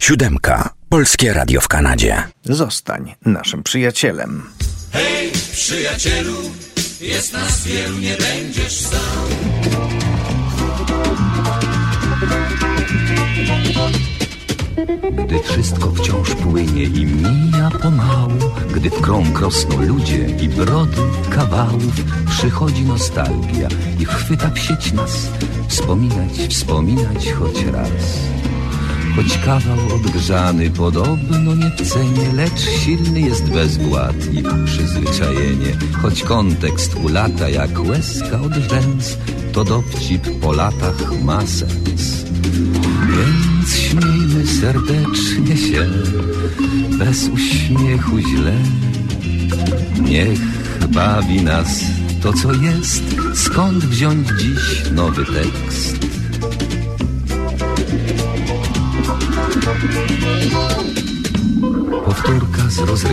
Siódemka. Polskie Radio w Kanadzie. Zostań naszym przyjacielem. Hej, przyjacielu, jest nas wielu, nie będziesz sam. Gdy wszystko wciąż płynie i mija pomału, gdy w krąg rosną ludzie i brody kawałów, przychodzi nostalgia i chwyta w sieć nas. Wspominać choć raz. Choć kawał odgrzany podobno nie w cenie, lecz silny jest bezwład i przyzwyczajenie. Choć kontekst ulata jak łezka od rzęs, to dowcip po latach ma sens. Więc śmiejmy serdecznie się, bez uśmiechu źle. Niech bawi nas to, co jest. Skąd wziąć dziś nowy tekst? Powtórka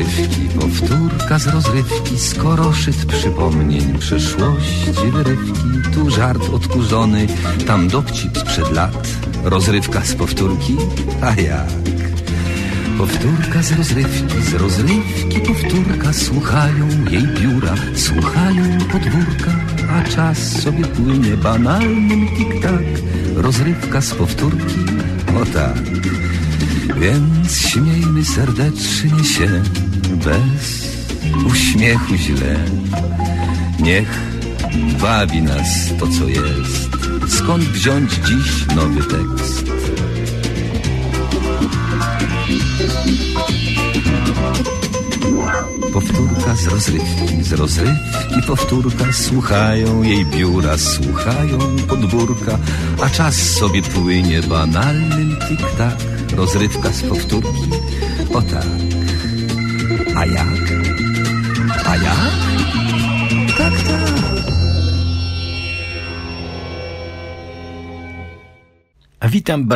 z rozrywki, skoro szyt przypomnień przeszłości wyrywki. Tu żart odkurzony, tam dowcip sprzed lat. Rozrywka z powtórki, a jak? Powtórka z rozrywki, powtórka. Słuchają jej biura, słuchają podwórka, a czas sobie płynie banalnym tik-tak. Rozrywka z powtórki, o tak. Więc śmiejmy serdecznie się, bez uśmiechu źle. Niech bawi nas to, co jest. Skąd wziąć dziś nowy tekst? Powtórka z rozrywki, powtórka. Słuchają jej biura, słuchają podwórka, a czas sobie płynie banalnym tik-tak. Rozrywka z powtórki, o tak. A jak? A jak? Tak, tak. Witam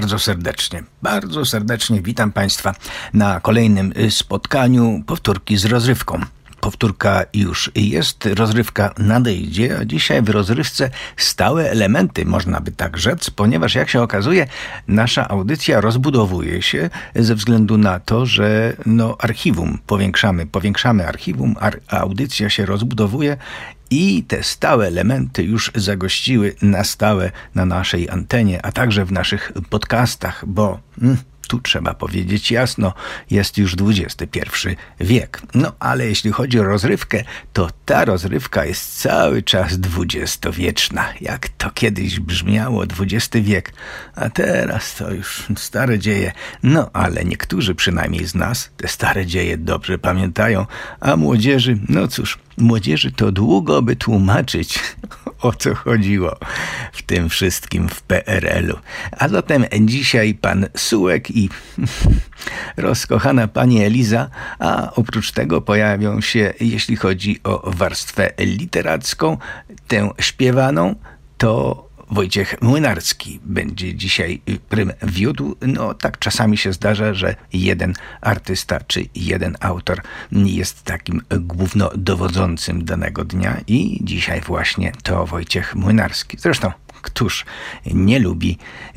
bardzo serdecznie witam Państwa na kolejnym spotkaniu Powtórki z rozrywką. Powtórka już jest, rozrywka nadejdzie, a dzisiaj w rozrywce stałe elementy, można by tak rzec, ponieważ jak się okazuje, nasza audycja rozbudowuje się ze względu na to, że archiwum powiększamy archiwum, a audycja się rozbudowuje i te stałe elementy już zagościły na stałe na naszej antenie, a także w naszych podcastach, bo tu trzeba powiedzieć jasno, jest już XXI wiek. No ale jeśli chodzi o rozrywkę, to ta rozrywka jest cały czas dwudziestowieczna. Jak to kiedyś brzmiało, XX wiek, a teraz to już stare dzieje. No ale niektórzy przynajmniej z nas te stare dzieje dobrze pamiętają, a młodzieży, no cóż, młodzieży to długo by tłumaczyć, o co chodziło w tym wszystkim w PRL-u. A zatem dzisiaj pan Sułek i rozkochana pani Eliza, a oprócz tego pojawią się, jeśli chodzi o warstwę literacką, tę śpiewaną, to Wojciech Młynarski będzie dzisiaj prym wiódł. No tak czasami się zdarza, że jeden artysta czy jeden autor jest takim głównodowodzącym danego dnia i dzisiaj właśnie to Wojciech Młynarski. Zresztą któż nie lubi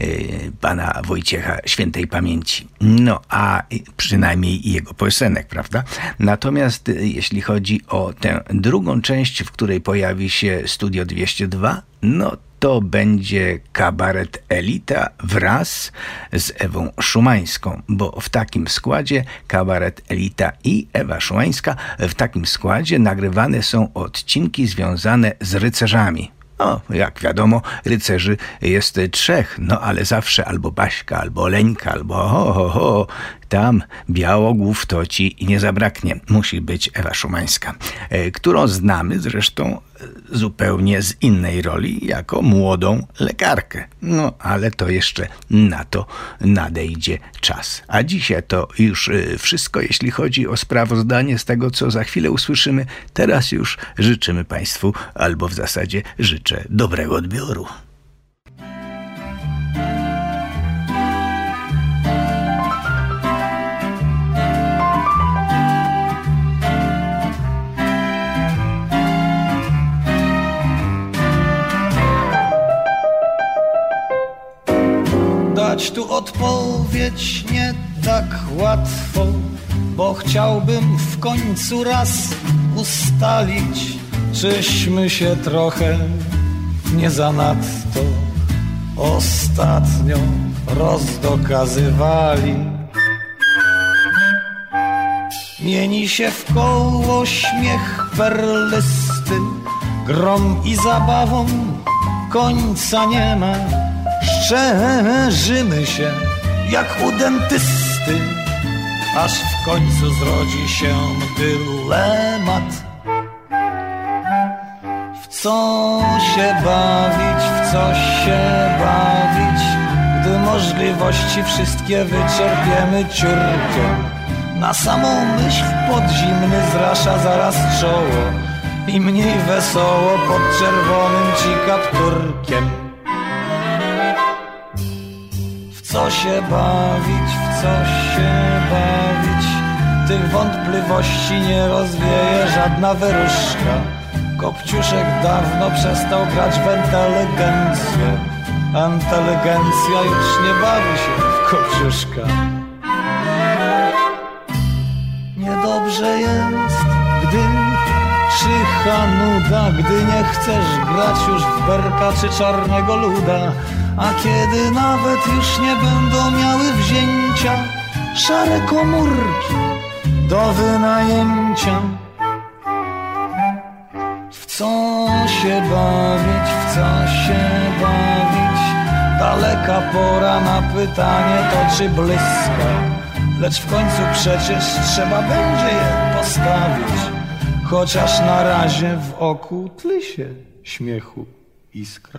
pana Wojciecha świętej pamięci? No, a przynajmniej jego piosenek, prawda? Natomiast jeśli chodzi o tę drugą część, w której pojawi się Studio 202, no to będzie kabaret Elita wraz z Ewą Szumańską, bo w takim składzie kabaret Elita i Ewa Szumańska, w takim składzie nagrywane są odcinki związane z rycerzami. No, jak wiadomo, rycerzy jest 3, no ale zawsze albo Baśka, albo Oleńka, albo tam białogłów to ci nie zabraknie. Musi być Ewa Szumańska, którą znamy zresztą zupełnie z innej roli, jako młodą lekarkę. No, ale to jeszcze na to nadejdzie czas. A dzisiaj to już wszystko, jeśli chodzi o sprawozdanie z tego, co za chwilę usłyszymy. Teraz już życzymy Państwu, albo w zasadzie życzę dobrego odbioru. Dać tu odpowiedź nie tak łatwo, bo chciałbym w końcu raz ustalić, czyśmy się trochę nie zanadto ostatnio rozdokazywali. Mieni się w koło śmiech perlysty, grom i zabawą końca nie ma. Szczerzymy się jak u dentysty, aż w końcu zrodzi się dylemat. W co się bawić, w co się bawić, gdy możliwości wszystkie wyczerpiemy ciurkiem. Na samą myśl podzimny zrasza zaraz czoło i mniej wesoło pod czerwonym ci kapturkiem. W co się bawić, w co się bawić, tych wątpliwości nie rozwieje żadna wyruszka. Kopciuszek dawno przestał grać w inteligencję. Inteligencja już nie bawi się w Kopciuszka. Niedobrze jest, gdy czyha nuda, gdy nie chcesz grać już w berka czy czarnego luda, a kiedy nawet już nie będą miały wzięcia szare komórki do wynajęcia. W co się bawić, w co się bawić, daleka pora na pytanie to czy blyska, lecz w końcu przecież trzeba będzie je postawić, chociaż na razie w oku tli się śmiechu iskra.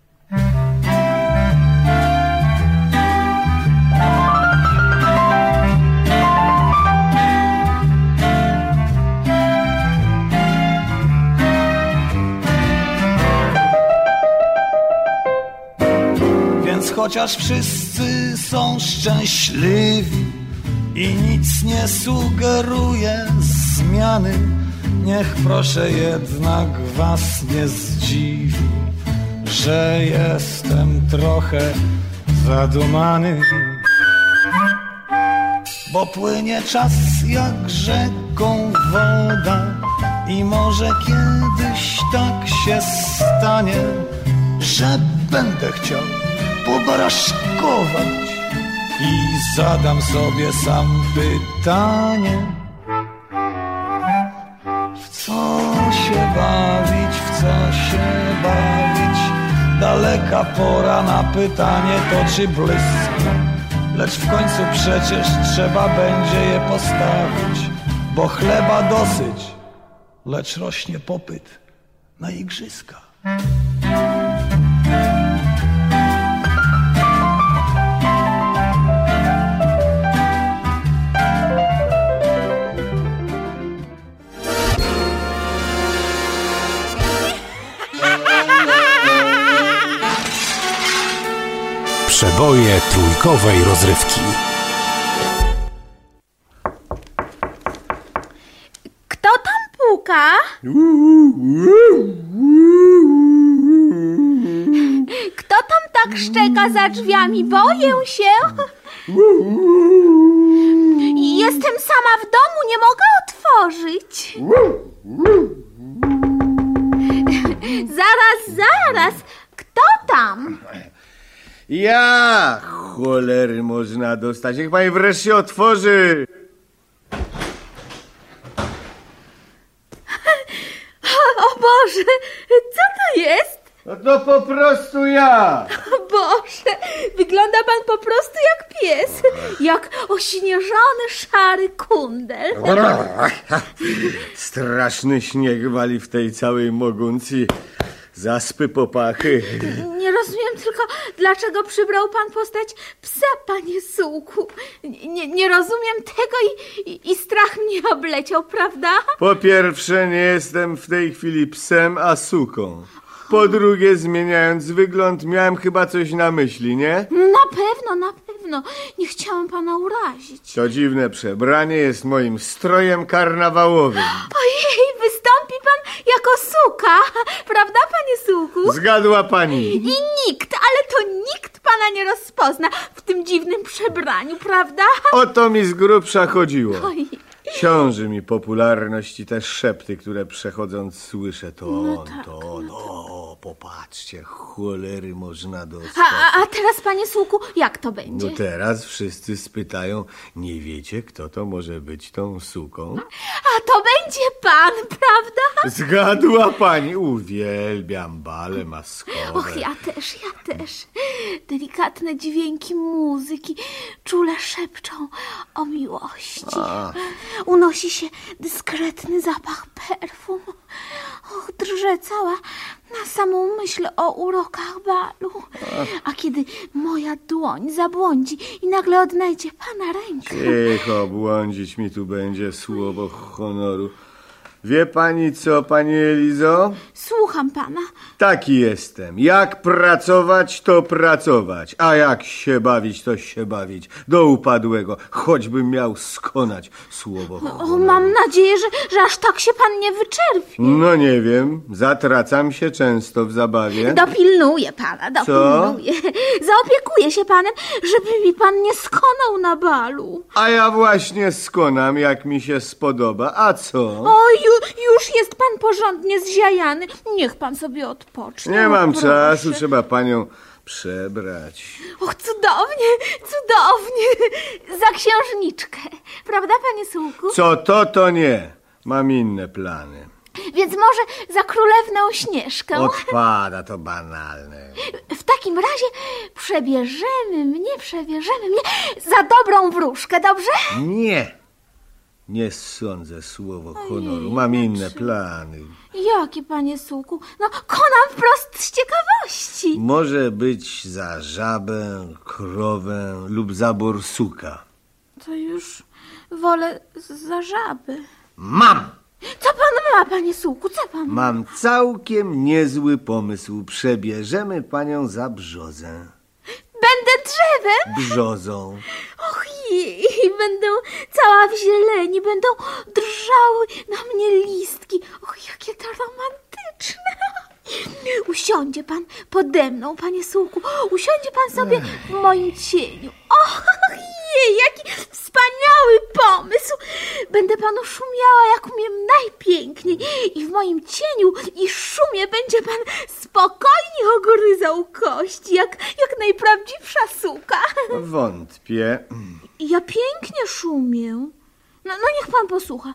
Więc chociaż wszyscy są szczęśliwi i nic nie sugeruje zmiany, niech proszę jednak was nie zdziwi, że jestem trochę zadumany. Bo płynie czas jak rzeką woda i może kiedyś tak się stanie, że będę chciał pobaraszkować i zadam sobie sam pytanie. W co się bawić, w co się bawić, daleka pora na pytanie to czy blyska, lecz w końcu przecież trzeba będzie je postawić, bo chleba dosyć, lecz rośnie popyt na igrzyska. Przeboje trójkowej rozrywki. Kto tam puka? Kto tam tak szczeka za drzwiami? Boję się. Jestem sama w domu, nie mogę otworzyć. Zaraz. Kto tam? Ja! Cholery można dostać. Niech pani wreszcie otworzy. O Boże, co to jest? No to po prostu ja. Boże, wygląda pan po prostu jak pies. Jak ośnieżony szary kundel. Straszny śnieg wali w tej całej moguncji. Zaspy popachy. Nie rozumiem tylko, dlaczego przybrał pan postać psa, panie Sułku. Nie rozumiem tego i strach mnie obleciał, prawda? Po pierwsze, nie jestem w tej chwili psem, a suką. Po drugie, zmieniając wygląd, miałem chyba coś na myśli, nie? Na pewno. Nie chciałam pana urazić. To dziwne przebranie jest moim strojem karnawałowym. Ojej, wystąpi pan jako suka, prawda, panie Sułku? Zgadła pani. I nikt, ale to nikt pana nie rozpozna w tym dziwnym przebraniu, prawda? O to mi z grubsza chodziło. Oj. Ciąży mi popularność i te szepty, które przechodząc słyszę. To No on, tak, to on. O, popatrzcie, cholery można dostać. A teraz, panie Sułku, jak to będzie? No teraz wszyscy spytają, nie wiecie, kto to może być tą suką? A to będzie pan, prawda? Zgadła pani, uwielbiam bale maskowe. Och, ja też. Delikatne dźwięki muzyki czule szepczą o miłości. Unosi się dyskretny zapach perfum. Och, drżę cała na samą myśl o urokach balu. A kiedy moja dłoń zabłądzi i nagle odnajdzie pana rękę. Cicho, błądzić mi tu będzie słowo honoru. Wie pani co, pani Elizo? Słucham pana. Taki jestem. Jak pracować, to pracować. A jak się bawić, to się bawić. Do upadłego. Choćbym miał skonać słowo honoru. O, mam nadzieję, że aż tak się pan nie wyczerpie. No nie wiem. Zatracam się często w zabawie. Dopilnuję pana, dopilnuję. Zaopiekuję się panem, żeby mi pan nie skonał na balu. A ja właśnie skonam, jak mi się spodoba. A co? O, już jest pan porządnie zziajany. Niech pan sobie odpocznie. Nie mam proszę. czasu, trzeba panią przebrać. Och, cudownie. Za księżniczkę. Prawda, panie Sułku? Co to nie. Mam inne plany. Więc może za królewną Śnieżkę. Odpada, to banalne. W takim razie przebierzemy mnie za dobrą wróżkę, dobrze? Nie sądzę słowo honoru. Mam inne plany. Jakie, panie Sułku? No, konam wprost z ciekawości. Może być za żabę, krowę lub za borsuka. To już wolę za żaby. Mam! Co pan ma, panie Sułku? Co pan ma? Mam całkiem niezły pomysł. Przebierzemy panią za brzozę. Będę drzewem? Brzozą. Och, i będę cała w zieleni, będą drżały na mnie listki. Och, jakie to romantyczne. Usiądzie pan pode mną, panie Sułku. Usiądzie pan sobie w moim cieniu. Och, jaki wspaniały pomysł. Będę panu szumiała, jak umiem najpiękniej. I w moim cieniu i szumie będzie pan spokojnie ogryzał kości, jak najprawdziwsza suka. Wątpię. Ja pięknie szumię. No niech pan posłucha.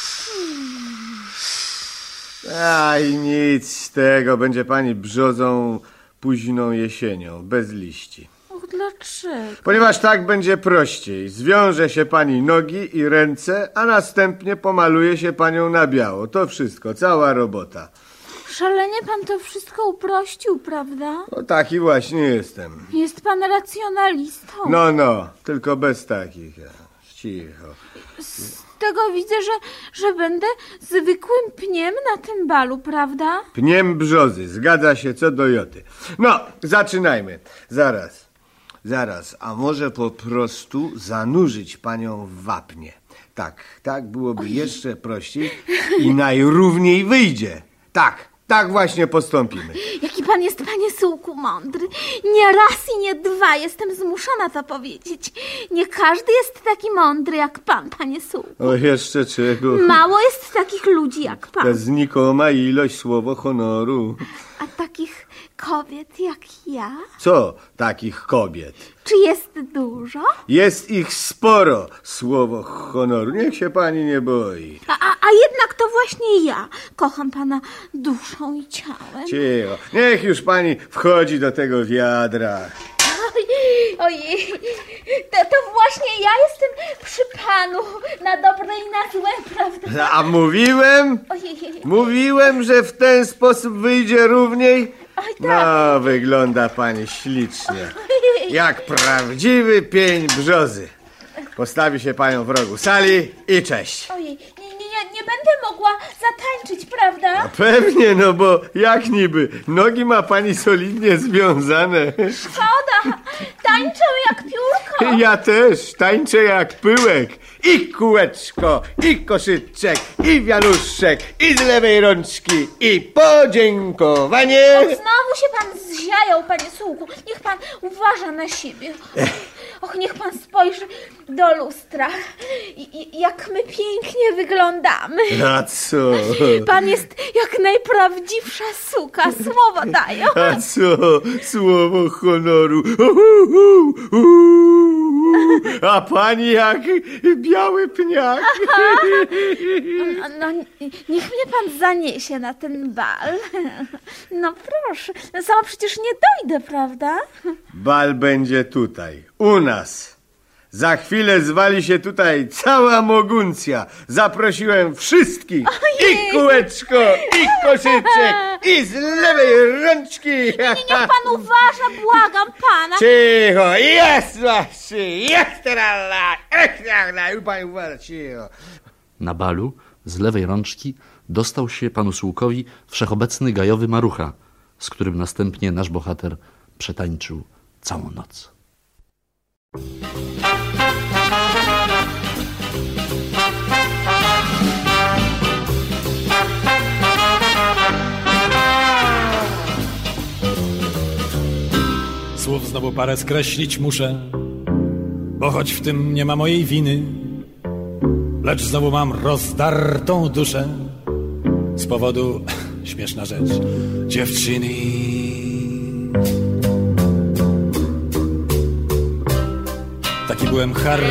Aj, nic z tego. Będzie pani brzozą późną jesienią, bez liści. Och, dlaczego? Ponieważ tak będzie prościej. Zwiąże się pani nogi i ręce, a następnie pomaluje się panią na biało. To wszystko, cała robota. Szalenie pan to wszystko uprościł, prawda? No taki właśnie jestem. Jest pan racjonalistą. No, tylko bez takich. Cicho. Z tego widzę, że będę zwykłym pniem na tym balu, prawda? Pniem brzozy, zgadza się co do joty. No, zaczynajmy. Zaraz, a może po prostu zanurzyć panią w wapnie. Tak byłoby jeszcze prościej i najrówniej wyjdzie. Tak właśnie postąpimy. Jaki pan jest, panie Sułku, mądry. Nie raz i nie dwa jestem zmuszona to powiedzieć. Nie każdy jest taki mądry jak pan, panie Sułku. O, jeszcze czego? Mało jest takich ludzi jak Ta pan. znikoma ilość słowo honoru. A takich kobiet jak ja? Co takich kobiet? Czy jest dużo? Jest ich sporo, słowo honoru. Niech się pani nie boi. A jednak to właśnie ja kocham pana duszą i ciałem. Cicho. Niech już pani wchodzi do tego wiadra. Ojej, to właśnie ja jestem przy panu na dobre i na złe, prawda? A mówiłem? Ojej. Mówiłem, że w ten sposób wyjdzie równiej? Oj, tak. No, wygląda pani ślicznie. Jak prawdziwy pień brzozy. Postawi się panią w rogu sali i cześć. Ojej, nie będę mogła mogła zatańczyć, prawda? Pewnie, no bo jak niby? Nogi ma pani solidnie związane. Szkoda, tańczę jak piórko. Ja też tańczę jak pyłek. I kółeczko, i koszyczek, i wianuszek, i z lewej rączki, i podziękowanie. Znowu się pan zziajał, panie Sułku. Niech pan uważa na siebie. Och, niech pan spojrzy do lustra. Jak my pięknie wyglądamy. A co? Pan jest jak najprawdziwsza suka, słowo daję. A co? Słowo honoru. A pani jak biały pniak. No, niech mnie pan zaniesie na ten bal. No proszę, sama przecież nie dojdę, prawda? Bal będzie tutaj, u nas. Za chwilę zwali się tutaj cała moguncja. Zaprosiłem wszystkich. I kółeczko, i koszyczek, i z lewej rączki. Niech pan uważa, błagam pana. Cicho, jest właśnie, jest teraz. Pani uważa, cicho. Na balu z lewej rączki dostał się panu Sułkowi wszechobecny gajowy marucha, z którym następnie nasz bohater przetańczył całą noc. Słów znowu parę skreślić muszę, bo choć w tym nie ma mojej winy, lecz znowu mam rozdartą duszę z powodu, śmieszna rzecz, dziewczyny. Taki byłem hardy,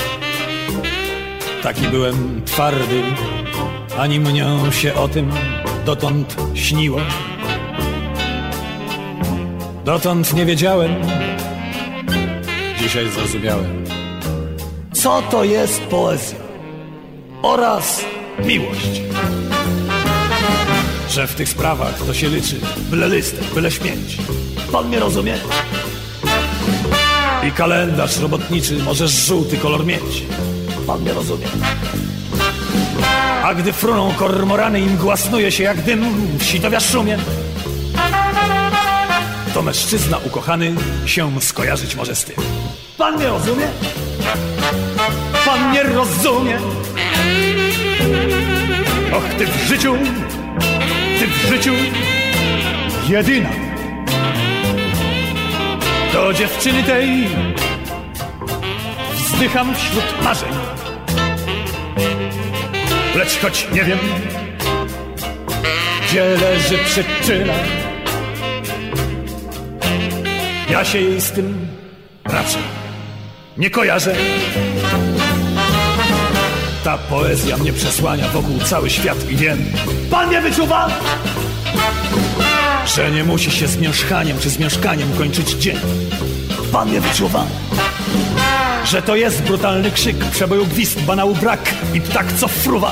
taki byłem twardy, ani mnią się o tym dotąd śniło. Dotąd nie wiedziałem, dzisiaj zrozumiałem, co to jest poezja oraz miłość. Że w tych sprawach to się liczy byle listek, byle śmieć. Pan mnie rozumie? I kalendarz robotniczy możesz żółty kolor mieć. Pan mnie rozumie? A gdy fruną kormorany i mgła snuje się jak dym w sitowia szumie, to mężczyzna ukochany się skojarzyć może z tym. Pan nie rozumie? Pan nie rozumie? Och, ty w życiu jedyna. Do dziewczyny tej wzdycham wśród marzeń. Lecz choć nie wiem, gdzie leży przyczyna, ja się jej z tym raczej nie kojarzę. Ta poezja mnie przesłania wokół cały świat i wiem, pan nie wyczuwa, że nie musi się zmierzchaniem czy zmieszkaniem kończyć dzień. Pan nie wyczuwa, że to jest brutalny krzyk, przeboju gwizd, banału brak i ptak co fruwa.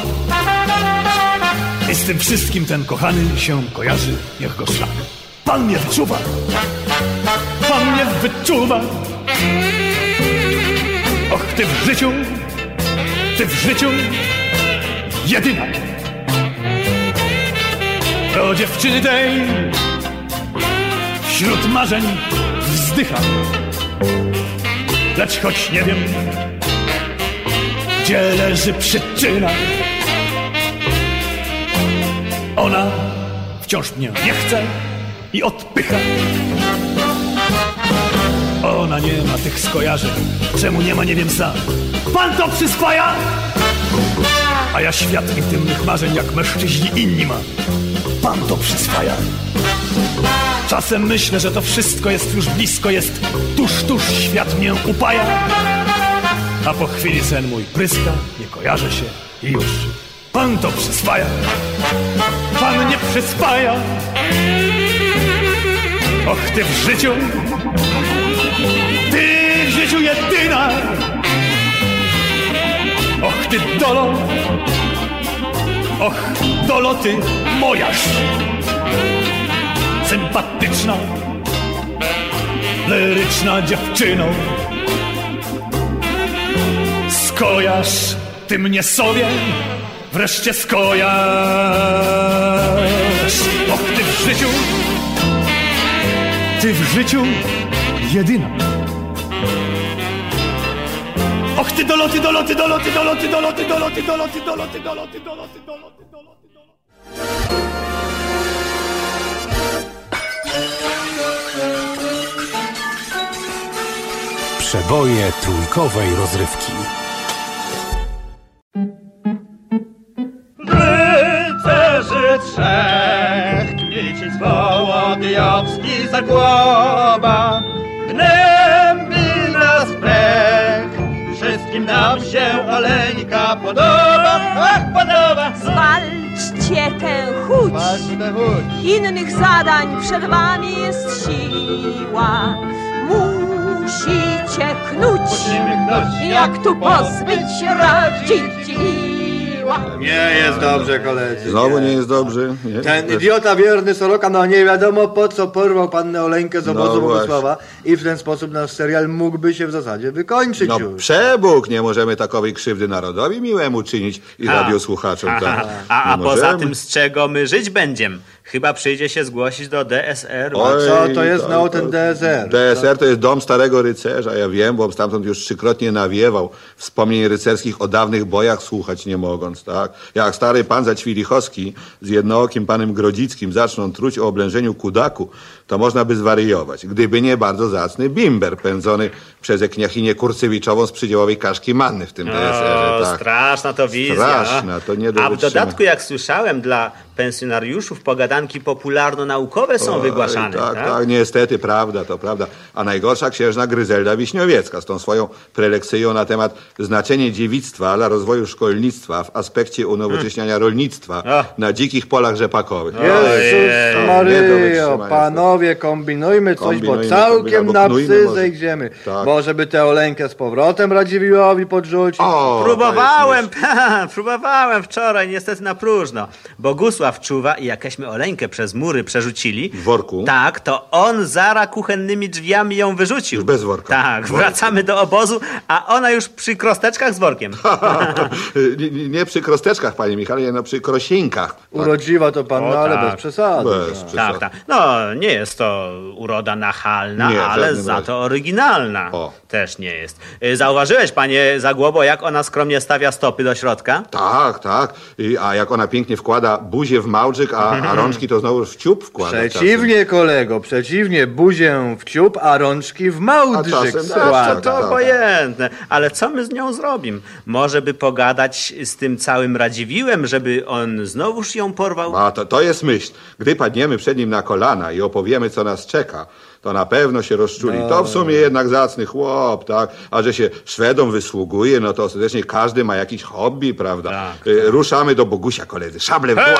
I z tym wszystkim ten kochany się kojarzy, niech go szlak. Pan nie wyczuwa, pan nie wyczuwa. Och, ty w życiu jedyna. Do dziewczyny tej wśród marzeń wzdycham, lecz choć nie wiem, gdzie leży przyczyna, ona wciąż mnie nie chce i odpycha. Ona nie ma tych skojarzeń, czemu nie ma, nie wiem sam. Pan to przyswaja, a ja świat intymnych marzeń jak mężczyźni inni mam. Pan to przyswaja. Czasem myślę, że to wszystko jest już blisko, jest tuż, świat mnie upaja. A po chwili sen mój pryska, nie kojarzę się i już. Pan to przyswaja, pan nie przyswaja. Och, ty w życiu jedyna. Och, ty dolo, och, dolo, ty mojaż. Sympatyczna, liryczna dziewczyno. Skojarz ty mnie sobie wreszcie skojarz. Och, ty w życiu jedyna. Och, ty doloty. Przeboje trójkowej rozrywki. Rycerzy trzech, Kmicic, Wołodyjowski, Zagłoba, gnębi nas plech. Wszystkim nam się Oleńka podoba, podoba. Zwalczcie tę chuć. Innych zadań przed wami jest siła. Musicie knuć. Jak tu pozbyć się radziła. Nie jest dobrze, koledzy. Znowu nie jest dobrze. Nie? Ten idiota wierny Soroka, no nie wiadomo po co porwał pannę Oleńkę z obozu Bogusława i w ten sposób nasz serial mógłby się w zasadzie wykończyć już. Przebóg, nie możemy takowej krzywdy narodowi miłemu czynić i radiosłuchaczom. Tak. A poza tym z czego my żyć będziemy? Chyba przyjdzie się zgłosić do DSR. A co to jest ten DSR? DSR to jest dom starego rycerza, ja wiem, bo stamtąd już 3-krotnie nawiewał wspomnień rycerskich o dawnych bojach słuchać nie mogąc, tak? Jak stary pan Zaćwilichowski z jednookim panem Grodzickim zaczną truć o oblężeniu Kudaku, to można by zwariować, gdyby nie bardzo zacny bimber pędzony przez Ekniachinię Kurcewiczową z przydziełowej Kaszki Manny w tym DSR-ze. Tak. Straszna to wizja. Straszna, to nie do A w wytrzymania. dodatku, jak słyszałem, dla pensjonariuszów pogadanki popularno-naukowe są wygłaszane. Tak, niestety, prawda, to prawda. A najgorsza księżna Gryzelda Wiśniowiecka z tą swoją preleksyją na temat znaczenia dziewictwa dla rozwoju szkolnictwa w aspekcie unowocześniania rolnictwa na dzikich polach rzepakowych. Jezus Maryjo, panowie, kombinujmy coś, bo całkiem na psy zejdziemy. Tak. Może by tę Oleńkę z powrotem Radziwiłłowi podrzucić? Próbowałem wczoraj, niestety na próżno. Bogusław czuwa i jakieśmy Oleńkę przez mury przerzucili. W worku? Tak, to on zara kuchennymi drzwiami ją wyrzucił. Już bez worka. Tak, wracamy do obozu, a ona już przy krosteczkach z workiem. nie przy krosteczkach, panie Michale, no przy krosieńkach. Urodziwa to panna, ale bez przesady. Tak. No, nie jest to uroda nachalna, ale za to oryginalna. Też nie jest. Zauważyłeś, panie Zagłobo, jak ona skromnie stawia stopy do środka? Tak. A jak ona pięknie wkłada buzię w małdrzyk, a rączki to znowu w ciup wkłada. Przeciwnie, kolego, przeciwnie. Buzię w ciup, a rączki w małdrzyk wkłada. To obojętne. Ale co my z nią zrobimy? Może by pogadać z tym całym Radziwiłem, żeby on znowuż ją porwał? A to jest myśl. Gdy padniemy przed nim na kolana i opowiemy, co nas czeka, to na pewno się rozczuli. To w sumie jednak zacny chłop, tak? A że się Szwedom wysługuje, no to serdecznie każdy ma jakiś hobby, prawda? Tak. Ruszamy do Bogusia, koledzy. Szable w dłoń.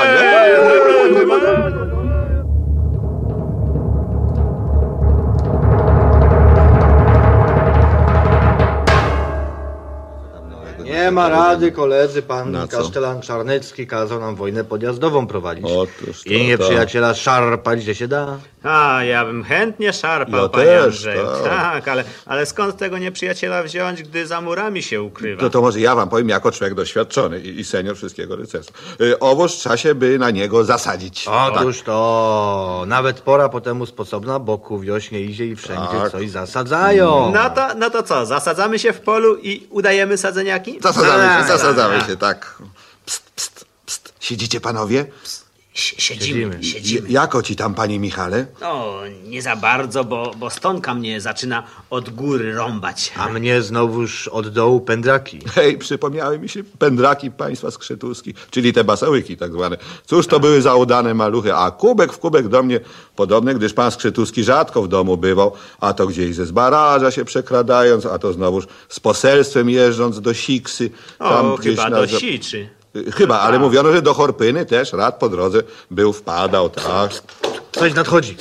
Nie ma rady, koledzy, pan kasztelan Czarnecki kazał nam wojnę podjazdową prowadzić. Otóż I nieprzyjaciela szarpać, gdzie się da. Ja bym chętnie szarpał, Ja panie też, Andrzeju. tak. Ale skąd tego nieprzyjaciela wziąć, gdy za murami się ukrywa? To może ja wam powiem jako człowiek doświadczony i senior wszystkiego rycerstwa. Owoż w czasie by na niego zasadzić. Otóż to, nawet pora po temu sposobna, bo ku wiośnie idzie i wszędzie coś zasadzają. No to co, zasadzamy się w polu i udajemy sadzeniaki? Zasadzamy się, tak. Pst. Siedzicie panowie? Siedzimy. Jako ci tam, panie Michale? Nie za bardzo, bo stonka mnie zaczyna od góry rąbać. A mnie znowuż od dołu pędraki. Hej, przypomniały mi się pędraki państwa skrzytuskich, czyli te basałyki tak zwane. Cóż to były za udane maluchy, a kubek w kubek do mnie podobne, gdyż pan Skrzytuski rzadko w domu bywał, a to gdzieś ze zbaraża się przekradając, a to znowuż z poselstwem jeżdżąc do Siksy. Tam chyba do Siczy. Chyba, ale mówiono, że do Chorpyny też rad po drodze wpadał, tak. Coś nadchodzi.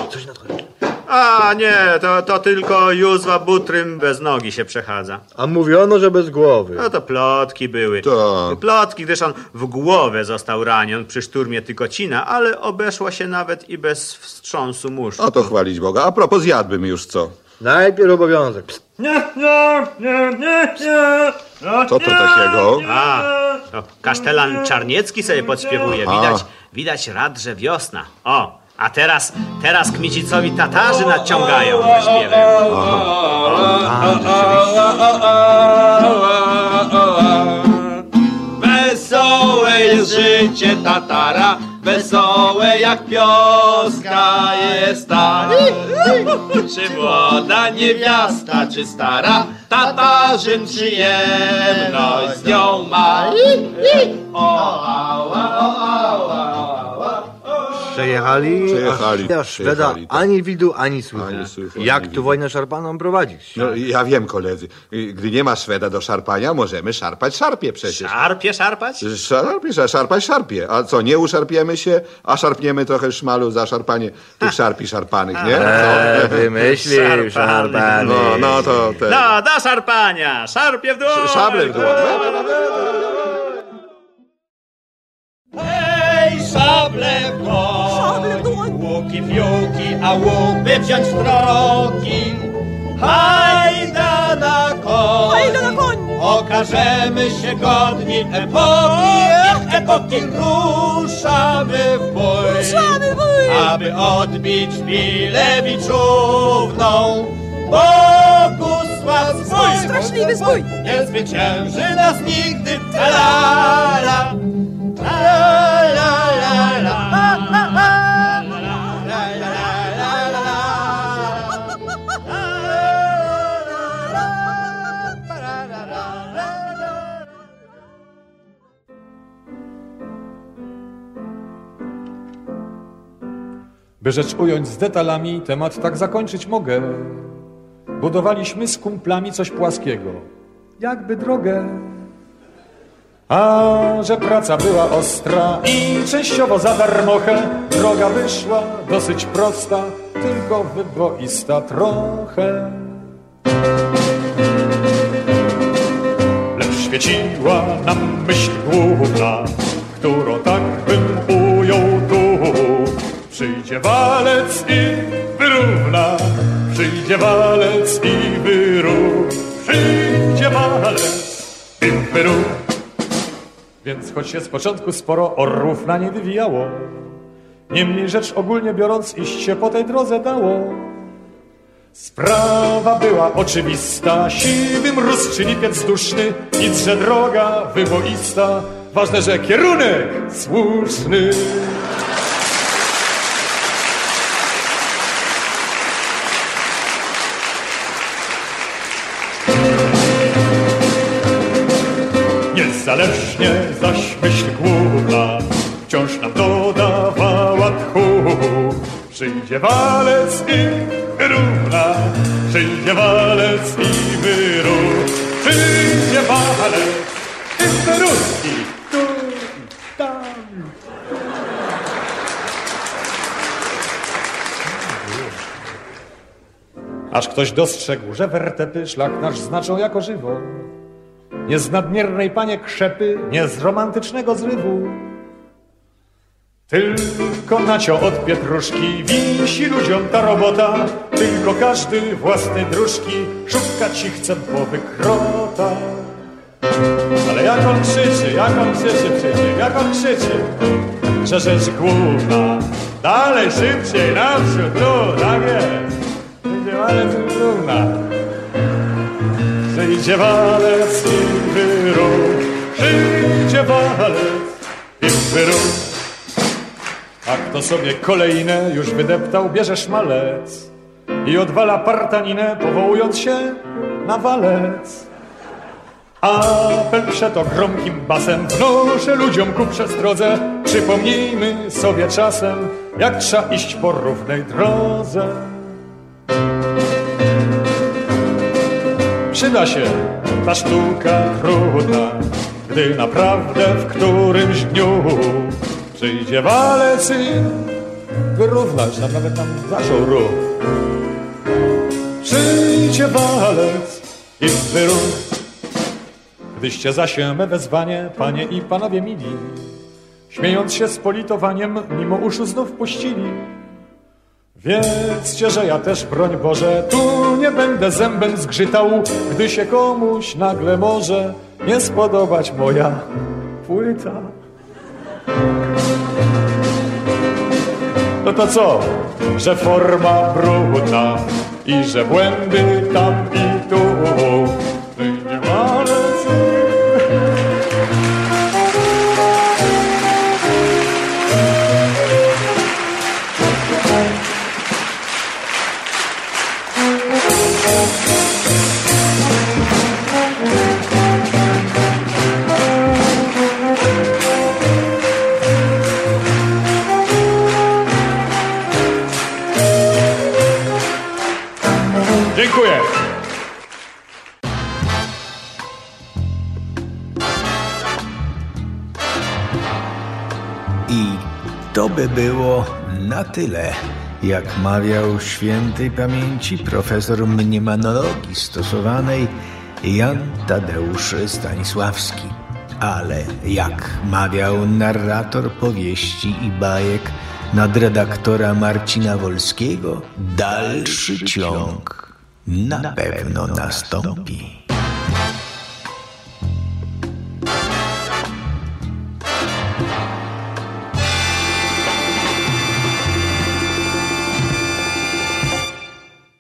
A nie, to tylko Józwa Butrym bez nogi się przechadza. A mówiono, że bez głowy. No to plotki były. Tak. Plotki, gdyż on w głowę został raniony przy szturmie Tykocina, ale obeszło się nawet i bez wstrząsu muszki. A to chwalić Boga. A propos, zjadłbym już co? Najpierw obowiązek. Nie. Co to takiego? Kasztelan Czarniecki sobie podśpiewuje. Widać rad, że wiosna. A teraz Kmicicowi Tatarzy nadciągają ze śpiewem. Wesołe jest życie Tatara, wesołe jak pioska jest ta. Czy młoda niewiasta, czy stara, Tatarzyn przyjemność z nią ma. Przejechali. Szweda ani widu, ani słychać. Jak tu wojnę szarpaną prowadzić? No, ja wiem, koledzy. Gdy nie ma Szweda do szarpania, możemy szarpać szarpie przecież. Szarpać? Szarpać szarpie. A co, nie uszarpiemy się, a szarpniemy trochę szmalu za szarpanie tych szarpi szarpanych, nie? Wymyślił szarpany. No to... No, do szarpania! Szarpie w dół! Szable w dół. Hej, szable w dłoń, łuki fiuki, a łupy wziąć w troki. Hajda na koń, okażemy się godni epoki, ruszamy w bój, aby odbić Bilewiczówną. Bogusław swój, straszliwy zbój, nie zwycięży nas nigdy, la la. By rzecz ująć z detalami, temat tak zakończyć mogę. Budowaliśmy z kumplami coś płaskiego, jakby drogę. A że praca była ostra i częściowo za darmochę, droga wyszła dosyć prosta, tylko wyboista trochę. Lecz świeciła nam myśl główna, którą tak bym ujął tu. Przyjdzie walec i wyrówna, przyjdzie walec i wyrów, przyjdzie walec i wyrów. Więc choć się z początku sporo orłów na nie wywijało, niemniej rzecz ogólnie biorąc iść się po tej drodze dało. Sprawa była oczywista, siwy mróz czy lipiec duszny, nic, że droga wyboista, ważne, że kierunek słuszny. Niezależnie zaś myśl główna wciąż nam dodawała tchu. Przyjdzie walec i wyrówna, przyjdzie walec i wyrów, przyjdzie walec i wyrów i tu i tam. Aż ktoś dostrzegł, że wertepy szlak nasz znaczą jako żywo. Nie z nadmiernej, panie, krzepy, nie z romantycznego zrywu. Tylko nacio od pietruszki wisi ludziom ta robota, tylko każdy własnej dróżki szukać ci chce głowy krota. Ale jak on krzyczy przecież, jak on krzyczy, że rzecz główna, dalej, szybciej, naprzód, no, tak jest, będzie ale trudna. Przyjdzie walec i wyrów, przyjdzie walec i wyrów. A kto sobie kolejne już wydeptał, bierze szmalec i odwala partaninę, powołując się na walec. Apel przeto gromkim basem wnoszę ludziom ku przestrodze, przypomnijmy sobie czasem, jak trzeba iść po równej drodze. Przyda się ta sztuka trudna, gdy naprawdę w którymś dniu przyjdzie walec i wyrównać, nawet nam zaczął ruch. Przyjdzie walec i wyrów. Gdyście zaś me wezwanie, panie i panowie mili, śmiejąc się z politowaniem, mimo uszu znów puścili. Wiedzcie, że ja też, broń Boże, tu nie będę zębem zgrzytał, gdy się komuś nagle może nie spodobać moja płyta. No to co? Że forma brudna i że błędy tam i tu. Przyjdzie walec Dziękuję. I to by było na tyle, jak mawiał świętej pamięci profesor mniemanologii stosowanej Jan Tadeusz Stanisławski. Ale jak mawiał narrator powieści i bajek nadredaktora Marcina Wolskiego, dalszy ciąg na pewno nastąpi.